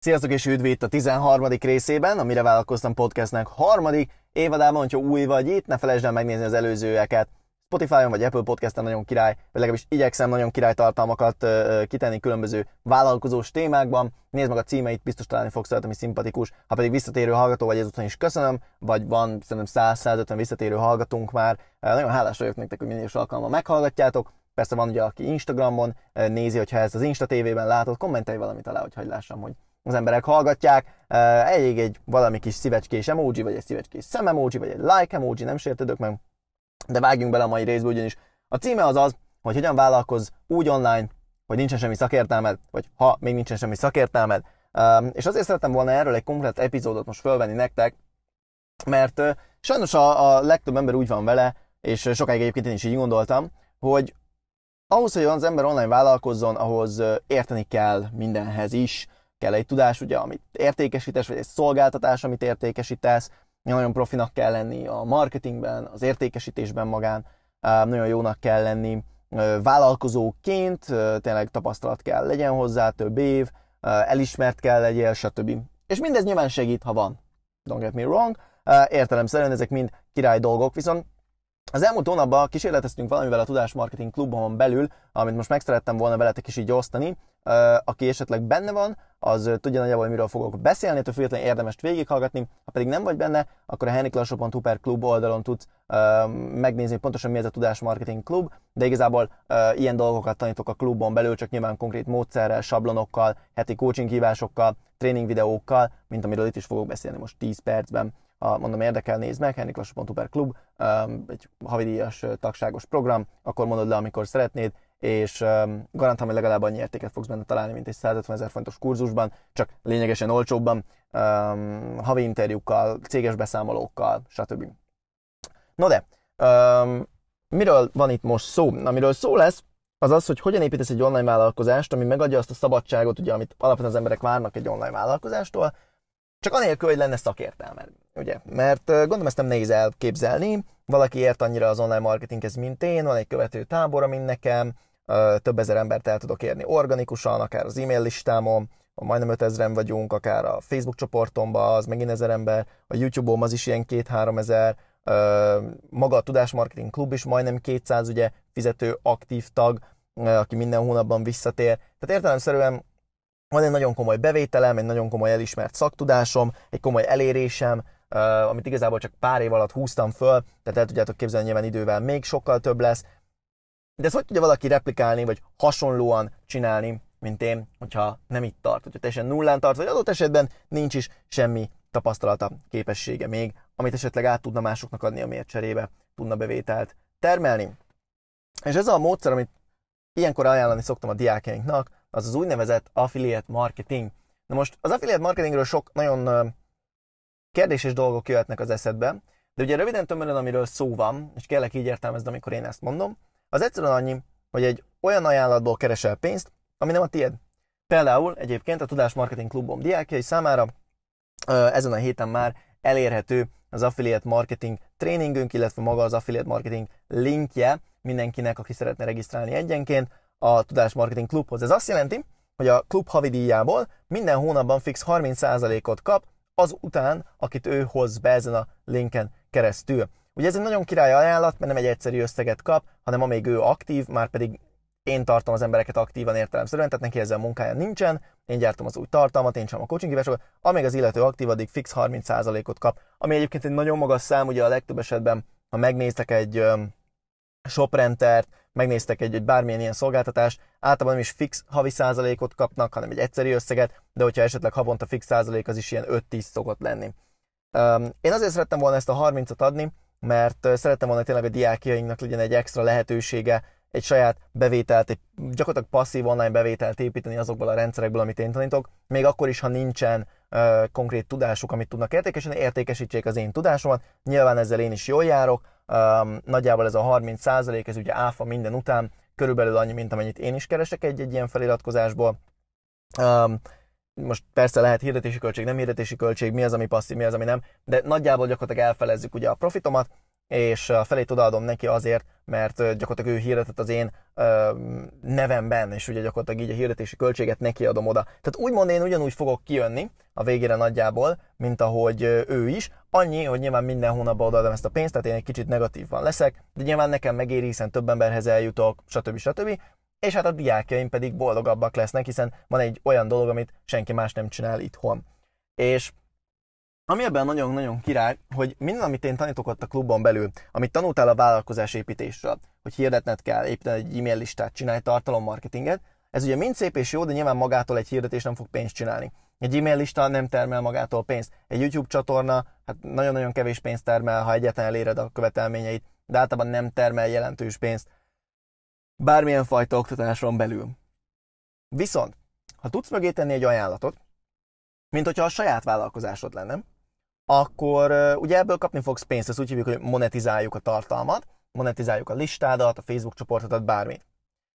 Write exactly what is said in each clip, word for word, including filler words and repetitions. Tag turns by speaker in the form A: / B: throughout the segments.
A: Sziasztok és üdv itt a tizenharmadik részében, a Mire Vállalkoztam podcastnek harmadik évadában, hogyha új vagy itt, ne felejtsd el megnézni az előzőeket. Spotify-on vagy Apple Podcasten nagyon király, vagy legalábbis igyekszem nagyon király tartalmakat uh, kitenni különböző vállalkozós témákban. Nézd meg a címeit, biztos találni fogsz olyat, ami szimpatikus. Ha pedig visszatérő hallgató vagy, ezután is köszönöm, vagy van szerintem száz-százötven visszatérő hallgatónk már. Uh, nagyon hálás vagyok nektek, hogy minden alkalommal meghallgatjátok. Persze van ugye, aki Instagramon uh, nézi, hogyha ezt az Insta té vében látod, kommentelj valamit alá, hogy lássam, hogy az emberek hallgatják. Uh, elég egy valami kis szívecskés emoji, vagy egy szívecskés szem emoji, vagy egy like emoji, nem sértődök meg. De vágjunk bele a mai részbe, ugyanis a címe az az, hogy hogyan vállalkozz úgy online, hogy nincsen semmi szakértelmed, vagy ha még nincsen semmi szakértelmed. Um, és azért szerettem volna erről egy konkrét epizódot most fölvenni nektek, mert uh, sajnos a, a legtöbb ember úgy van vele, és sokáig egyébként én is így gondoltam, hogy ahhoz, hogy az ember online vállalkozzon, ahhoz uh, érteni kell mindenhez is, kell egy tudás, ugye, amit értékesítesz, vagy egy szolgáltatás, amit értékesítesz, nagyon profinak kell lenni a marketingben, az értékesítésben magán, nagyon jónak kell lenni vállalkozóként, tényleg tapasztalat kell legyen hozzá, több év, elismert kell legyél, stb. És mindez nyilván segít, ha van. Don't get me wrong. Értelemszerűen ezek mind király dolgok, viszont az elmúlt hónapban kísérleteztünk valamivel a Tudás Marketing Klubon belül, amit most meg szerettem volna veletek is így osztani. Aki esetleg benne van, az tudja nagyjából, hogy miről fogok beszélni, ettől függetlenül érdemes végighallgatni. Ha pedig nem vagy benne, akkor a henrik lassó pont hu per klub oldalon tudsz uh, megnézni, pontosan mi ez a Tudás Marketing Klub, de igazából uh, ilyen dolgokat tanítok a klubon belül, csak nyilván konkrét módszerrel, sablonokkal, heti coaching hívásokkal, tréning videókkal, mint amiről itt is fogok beszélni most tíz percben. Ha mondom érdekel, nézd meg, henrik lassó pont hu per klub, um, egy havidíjas tagságos program, akkor mondod le, amikor szeretnéd, és um, garantálom, hogy legalább annyi értéket fogsz benne találni, mint egy százötvenezer forintos kurzusban, csak lényegesen olcsóbban, um, havi interjúkkal, céges beszámolókkal, stb. No de, um, miről van itt most szó? Amiről szó lesz, az az, hogy hogyan építesz egy online vállalkozást, ami megadja azt a szabadságot, ugye, amit alapvetően az emberek várnak egy online vállalkozástól, csak anélkül, hogy lenne szakértelmed, ugye? Mert uh, gondolom ezt nem nehéz elképzelni, valaki ért annyira az online marketinghez, mint én, van egy követő tábora, mint nekem, uh, több ezer embert el tudok érni organikusan, akár az e-mail listámon, majdnem ötezren vagyunk, akár a Facebook csoportomban, az megint ezer ember, a YouTube-om az is ilyen két-három ezer, uh, maga a Tudás Marketing Klub is majdnem kétszáz ugye, fizető, aktív tag, uh, aki minden hónapban visszatér. Tehát értelemszerűen van egy nagyon komoly bevételem, egy nagyon komoly elismert szaktudásom, egy komoly elérésem, uh, amit igazából csak pár év alatt húztam föl, tehát el tudjátok képzelni, nyilván idővel még sokkal több lesz. De ezt hogy tudja valaki replikálni, vagy hasonlóan csinálni, mint én, hogyha nem itt tart, hogyha teljesen nullán tart, vagy adott esetben nincs is semmi tapasztalata, képessége még, amit esetleg át tudna másoknak adni, amiért cserébe tudna bevételt termelni. És ez a módszer, amit ilyenkor ajánlani szoktam a diákjainknak, az az úgynevezett affiliate marketing. Na most az affiliate marketingről sok nagyon kérdéses dolgok jöhetnek az eszedbe, de ugye röviden tömören, amiről szó van, és kérlek így értelmezd, amikor én ezt mondom, az egyszerűen annyi, hogy egy olyan ajánlatból keresel pénzt, ami nem a tiéd. Például egyébként a Tudás Marketing Klubom diákjai számára ezen a héten már elérhető az affiliate marketing tréningünk, illetve maga az affiliate marketing linkje mindenkinek, aki szeretne regisztrálni egyenként a Tudás Marketing Klubhoz. Ez azt jelenti, hogy a klub havidíjából minden hónapban fix harminc százalékot kap az után, akit ő hoz be ezen a linken keresztül. Ugye ez egy nagyon király ajánlat, mert nem egy egyszerű összeget kap, hanem amíg ő aktív, már pedig én tartom az embereket aktívan értelemszerűen, tehát neki ezzel munkája nincsen, én gyártom az új tartalmat, én sem a coaching hívásokat, amíg az illető aktív, addig fix harminc százalékot kap, ami egyébként egy nagyon magas szám, ugye a legtöbb esetben, ha megnéztek egy um, shoprendert, megnéztek egy, egy bármilyen ilyen szolgáltatást, általában nem is fix havi százalékot kapnak, hanem egy egyszerű összeget, de hogyha esetleg havonta fix százalék, az is ilyen öt-tíz szokott lenni. Um, én azért szerettem volna ezt a harmincot adni, mert uh, szerettem volna tényleg a diákjainknak legyen egy extra lehetősége, egy saját bevételt, egy gyakorlatilag passzív online bevételt építeni azokból a rendszerekből, amit én tanítok, még akkor is, ha nincsen uh, konkrét tudásuk, amit tudnak értékesíteni, értékesítsék az én tudásomat, nyilván ezzel én is jól járok, um, nagyjából ez a harminc százalék, ez ugye áfa minden után, körülbelül annyi, mint amennyit én is keresek egy-egy ilyen feliratkozásból. Um, most persze lehet hirdetési költség, nem hirdetési költség, mi az, ami passzív, mi az, ami nem, de nagyjából gyakorlatilag elfelezzük ugye a profitomat, és a felét odaadom neki azért, mert gyakorlatilag ő hirdetett az én ö, nevemben, és ugye gyakorlatilag így a hirdetési költséget neki adom oda. Tehát úgymond én ugyanúgy fogok kijönni a végére nagyjából, mint ahogy ő is. Annyi, hogy nyilván minden hónapban odaadom ezt a pénzt, tehát én egy kicsit negatívban leszek, de nyilván nekem megéri, hiszen több emberhez eljutok, stb. stb. És hát a diákjaim pedig boldogabbak lesznek, hiszen van egy olyan dolog, amit senki más nem csinál itthon. És ami ebben nagyon-nagyon király, hogy minden, amit én tanítok ott a klubon belül, amit tanultál a vállalkozás építésről, hogy hirdetned kell, építeni egy e-mail listát, csinálj tartalommarketinget, ez ugye mind szép és jó, de nyilván magától egy hirdetés nem fog pénzt csinálni. Egy e-mail lista nem termel magától pénzt. Egy YouTube csatorna, hát nagyon-nagyon kevés pénzt termel, ha egyáltalán eléred a követelményeit, de általában nem termel jelentős pénzt bármilyen fajta oktatáson belül. Viszont, ha tudsz mögé tenni egy ajánlatot, mint hogyha a saját vállalkozásod lenne, akkor uh, ugye ebből kapni fogsz pénzt, ezt úgy hívjuk, hogy monetizáljuk a tartalmat, monetizáljuk a listádat, a Facebook csoportodat, bármit.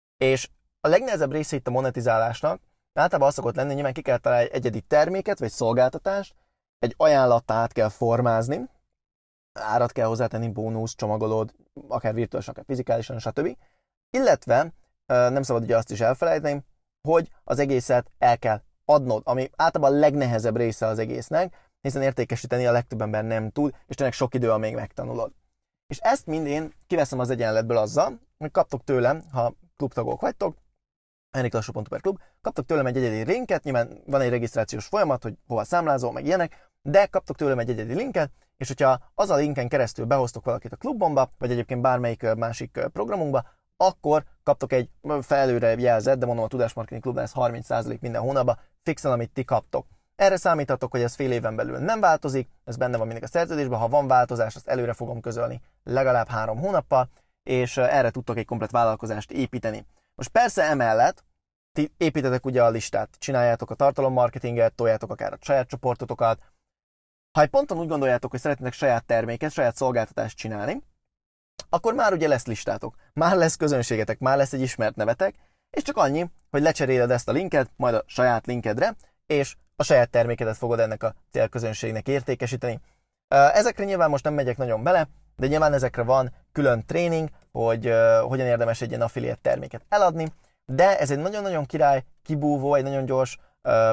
A: És a legnehezebb része itt a monetizálásnak általában az szokott lenni, hogy nyilván ki kell találni egy egyedi terméket, vagy szolgáltatást, egy ajánlattát kell formázni, árat kell hozzátenni, bónusz, csomagolód, akár virtuálisan, akár fizikálisan, stb. Illetve uh, nem szabad ugye azt is elfelejteni, hogy az egészet el kell adnod, ami általában a legnehezebb része az egésznek, hiszen értékesíteni a legtöbb ember nem tud, és tényleg sok idő, amíg megtanulod. És ezt mind én kiveszem az egyenletből azzal, hogy kaptok tőlem, ha klubtagok vagytok, henrik lassú pont hu per klub, kaptok tőlem egy egyedi linket, nyilván van egy regisztrációs folyamat, hogy hova számlázol, meg ilyenek, de kaptok tőlem egy egyedi linket, és hogyha az a linken keresztül behoztok valakit a klubomba, vagy egyébként bármelyik másik programunkba, akkor kaptok egy felelőre jelzett, de mondom, a Tudásmarketing Klubnál ez harminc százalék minden hónapban, fixen, amit ti kaptok. Erre számíthatok, hogy ez fél éven belül nem változik, ez benne van mindig a szerződésben, ha van változás, azt előre fogom közölni legalább három hónappal, és erre tudtok egy komplet vállalkozást építeni. Most persze emellett ti építetek ugye a listát, csináljátok a tartalommarketinget, toljátok akár a saját csoportotokat. Ha egy ponton úgy gondoljátok, hogy szeretnétek saját terméket, saját szolgáltatást csinálni, akkor már ugye lesz listátok, már lesz közönségetek, már lesz egy ismert nevetek, és csak annyi, hogy lecseréled ezt a linket, majd a saját linkedre, és a saját termékedet fogod ennek a célközönségnek értékesíteni. Ezekre nyilván most nem megyek nagyon bele, de nyilván ezekre van külön tréning, hogy uh, hogyan érdemes egy ilyen affiliate terméket eladni, de ez egy nagyon-nagyon király, kibúvó, egy nagyon gyors uh,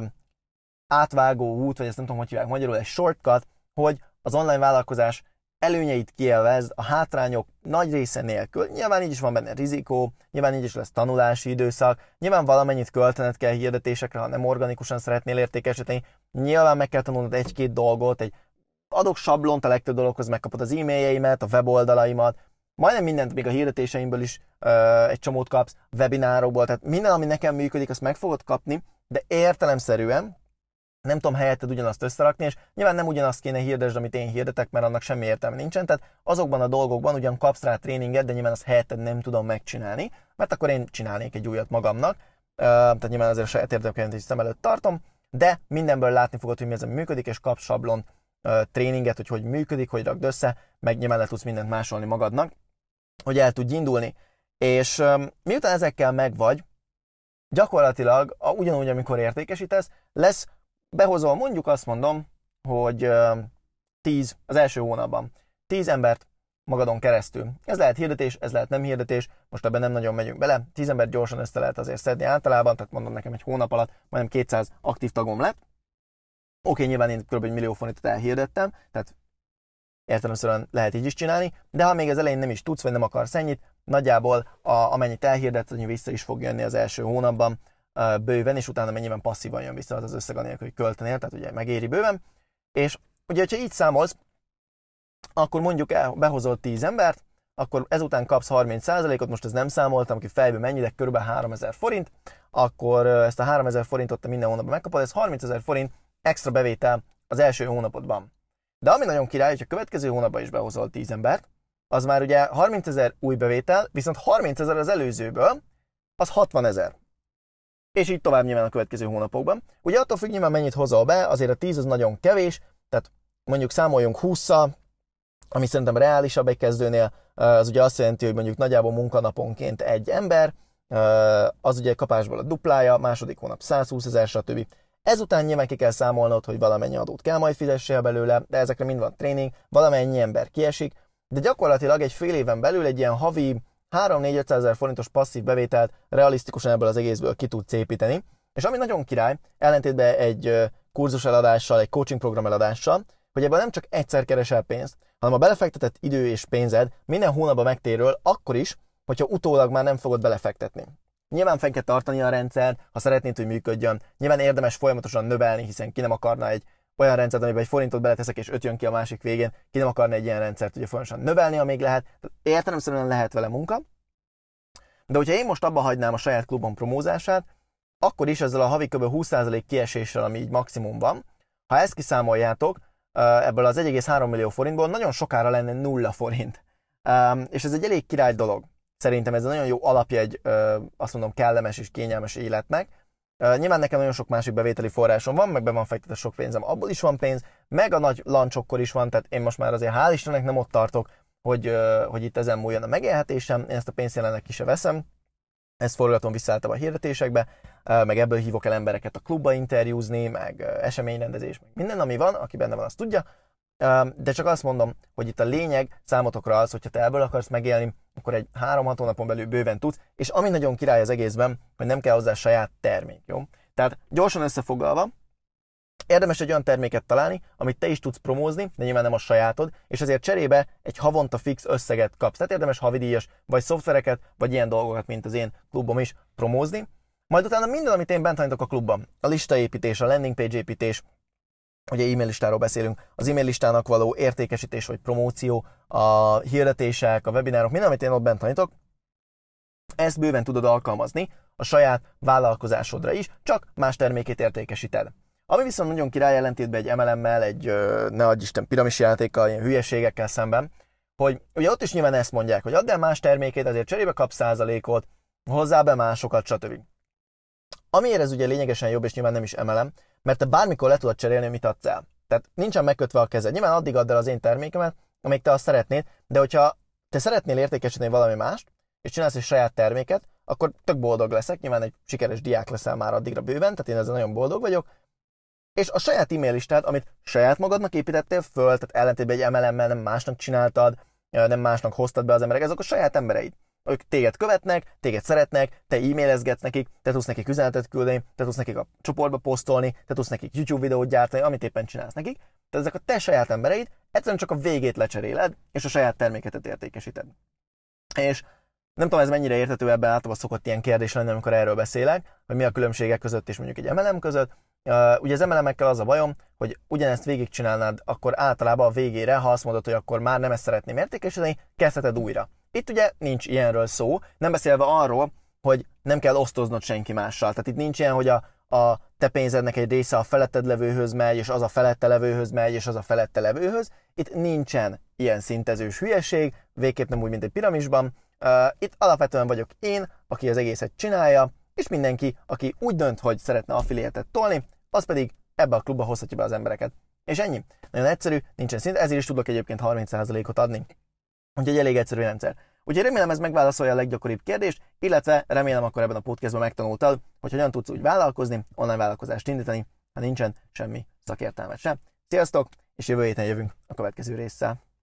A: átvágó út, vagy ezt nem tudom, hogy hívják magyarul, egy shortcut, hogy az online vállalkozás előnyeit kielvezd a hátrányok nagy része nélkül. Nyilván így is van benne rizikó, nyilván így is lesz tanulási időszak, nyilván valamennyit költened kell hirdetésekre, ha nem organikusan szeretnél értékesíteni, nyilván meg kell tanulnod egy-két dolgot, egy adok sablont a legtöbb dologhoz, megkapod az e-mailjeimet, a weboldalaimat, majdnem mindent, még a hirdetéseimből is uh, egy csomót kapsz, webinárokból, tehát minden, ami nekem működik, azt meg fogod kapni, de értelemszerűen nem tudom helyetted ugyanazt összerakni, és nyilván nem ugyanazt kéne hirdesd, amit én hirdetek, mert annak semmi értelme nincsen, tehát azokban a dolgokban ugyan kapsz rá tréninget, de nyilván azt helyetted nem tudom megcsinálni, mert akkor én csinálnék egy újat magamnak, uh, tehát nyilván azért a saját érdekemet is szem előtt tartom, de mindenből látni fogod, hogy mi az, ami működik, és kapsz sablon uh, tréninget, hogy hogy működik, hogy rakd össze, meg nyilván le tudsz mindent másolni magadnak, hogy el tudj indulni. És um, miután ezekkel megvagy, gyakorlatilag a, ugyanúgy, amikor értékesítesz, lesz, behozol, mondjuk azt mondom, hogy tíz az első hónapban, tíz embert magadon keresztül. Ez lehet hirdetés, ez lehet nem hirdetés, most ebben nem nagyon megyünk bele, tíz embert gyorsan össze lehet azért szedni általában, tehát mondom, nekem egy hónap alatt majdnem kétszáz aktív tagom lett. Oké, nyilván én kb. Egy millió forintot elhirdettem, tehát értelemszerűen lehet így is csinálni, de ha még az elején nem is tudsz, vagy nem akarsz ennyit, nagyjából a, amennyit elhirdetsz, annyi vissza is fog jönni az első hónapban, bőven, és utána mennyiben passzívan jön vissza az az összeg anélkül, hogy költenél, tehát ugye megéri bőven. És ugye, hogyha így számolsz, akkor mondjuk el, behozol tíz embert, akkor ezután kapsz harminc százalékot, most ez nem számoltam ki fejből mennyi, de kb. háromezer forint, akkor ezt a háromezer forintot te minden hónapban megkapod, ez harmincezer forint extra bevétel az első hónapodban. De ami nagyon király, hogy a következő hónapban is behozol tíz embert, az már ugye harmincezer új bevétel, viszont harmincezer az előzőből, az hatvanezer. És így tovább nyilván a következő hónapokban. Ugye attól függ nyilván mennyit hozol be, azért a tíz az nagyon kevés, tehát mondjuk számoljunk hússzal, ami szerintem reálisabb egy kezdőnél, az ugye azt jelenti, hogy mondjuk nagyjából munkanaponként egy ember, az ugye kapásból a duplája, második hónap százhúszezer, stb. Ezután nyilván ki kell számolnod, hogy valamennyi adót kell majd fizessél belőle, de ezekre mind van tréning, valamennyi ember kiesik, de gyakorlatilag egy fél éven belül egy ilyen havi három-négy-ötszázezer forintos passzív bevételt realisztikusan ebből az egészből ki tudsz építeni, és ami nagyon király, ellentétben egy kurzus eladással, egy coaching program eladással, hogy ebből nem csak egyszer keresel pénzt, hanem a belefektetett idő és pénzed minden hónapban megtérül, akkor is, hogyha utólag már nem fogod belefektetni. Nyilván fenn kell tartani a rendszer, ha szeretnéd, hogy működjön. Nyilván érdemes folyamatosan növelni, hiszen ki nem akarna egy olyan rendszert, amiben egy forintot beleteszek, és öt jön ki a másik végén, ki nem akarna egy ilyen rendszert, ugye folyamatosan növelni, amíg lehet. Értelemszerűen lehet vele munka. De hogyha én most abba hagynám a saját klubom promózását, akkor is ezzel a havi kb. húsz százalék kieséssel, ami így maximum van, ha ezt kiszámoljátok, ebből az egy egész három millió forintból nagyon sokára lenne nulla forint. És ez egy elég király dolog. Szerintem ez egy nagyon jó alapja egy, azt mondom, kellemes és kényelmes életnek. Nyilván nekem nagyon sok másik bevételi forrásom van, meg be van fektetve sok pénzem, abból is van pénz, meg a nagy lancsokkor is van, tehát én most már azért hál' Istennek nem ott tartok, hogy, hogy itt ezen múljon a megélhetésem, én ezt a pénzt jelenleg ki se veszem, ezt forgatom vissza általában a hirdetésekbe, meg ebből hívok el embereket a klubba interjúzni, meg eseményrendezés, meg minden, ami van, aki benne van, azt tudja, de csak azt mondom, hogy itt a lényeg számotokra az, hogyha te ebből akarsz megélni, akkor egy három-hat hónapon belül bőven tudsz, és ami nagyon király az egészben, hogy nem kell hozzá saját termék, jó? Tehát gyorsan összefoglalva, érdemes egy olyan terméket találni, amit te is tudsz promózni, de nyilván nem a sajátod, és ezért cserébe egy havonta fix összeget kapsz. Tehát érdemes havidíjas, vagy szoftvereket, vagy ilyen dolgokat, mint az én klubom is promózni. Majd utána minden, amit én bent tanítok a klubban, a listaépítés, a landing page építés, ugye e-mail listáról beszélünk, az e-mail listának való értékesítés vagy promóció, a hirdetések, a webinárok, minden, amit én ott bent tanítok, ezt bőven tudod alkalmazni a saját vállalkozásodra is, csak más termékét értékesíted. Ami viszont nagyon király ellentétben egy em el em-mel, egy ne adj Isten piramis játékkal, ilyen hülyeségekkel szemben, hogy ugye ott is nyilván ezt mondják, hogy add el más termékét, azért cserébe kapsz százalékot, hozzá be másokat, stb. Amiért ez ugye lényegesen jobb, és nyilván nem is emelem, mert te bármikor le tudod cserélni, mit adsz el. Tehát nincsen megkötve a kezed. Nyilván addig add el az én termékemet, amíg te azt szeretnéd, de hogyha te szeretnél értékesíteni valami mást, és csinálsz egy saját terméket, akkor tök boldog leszek, nyilván egy sikeres diák leszel már addigra bőven, tehát én ezzel nagyon boldog vagyok. És a saját e-mail listád, amit saját magadnak építettél föl, tehát ellentétben egy em el em-mel nem másnak csináltad, nem másnak hoztad be az emberek, ezek a saját embereid. Ők téged követnek, téged szeretnek, te e-mailezgetsz nekik, te tudsz nekik üzenetet küldeni, te tudsz nekik a csoportba posztolni, te tudsz nekik YouTube videót gyártani, amit éppen csinálsz nekik. Tehát ezek a te saját embereid, egyszerűen csak a végét lecseréled, és a saját terméketet értékesíted. És nem tudom, ez mennyire érthető, ebben általában szokott ilyen kérdés lenni, amikor erről beszélek, hogy mi a különbségek között és mondjuk egy em el em között. Uh, ugye az em el em-ekkel az a bajom, hogy ugyanezt végigcsinálnád, akkor általában a végére, ha azt mondod, hogy akkor már nem ezt szeretném értékesíteni, kezdheted újra. Itt ugye nincs ilyenről szó, nem beszélve arról, hogy nem kell osztoznod senki mással. Tehát itt nincs ilyen, hogy a, a te pénzednek egy része a feletted levőhöz megy, és az a felette levőhöz megy, és az a felette levőhöz. Itt nincsen ilyen szintezős hülyeség, végképp nem úgy, mint egy piramisban. Uh, itt alapvetően vagyok én, aki az egészet csinálja, és mindenki, aki úgy dönt, hogy szeretne affiliate-et tolni, az pedig ebbe a klubba hozhatja be az embereket. És ennyi. Nagyon egyszerű, nincsen szint, ezért is tudok egyébként harminc százalékot adni. Úgyhogy elég egyszerű rendszer. Úgyhogy remélem, ez megválaszolja a leggyakoribb kérdést, illetve remélem, akkor ebben a podcastban megtanultad, hogy hogyan tudsz úgy vállalkozni, online vállalkozást indítani, ha nincsen semmi szakértelmet sem. Sziasztok, és jövő héten jövünk a következő résszel.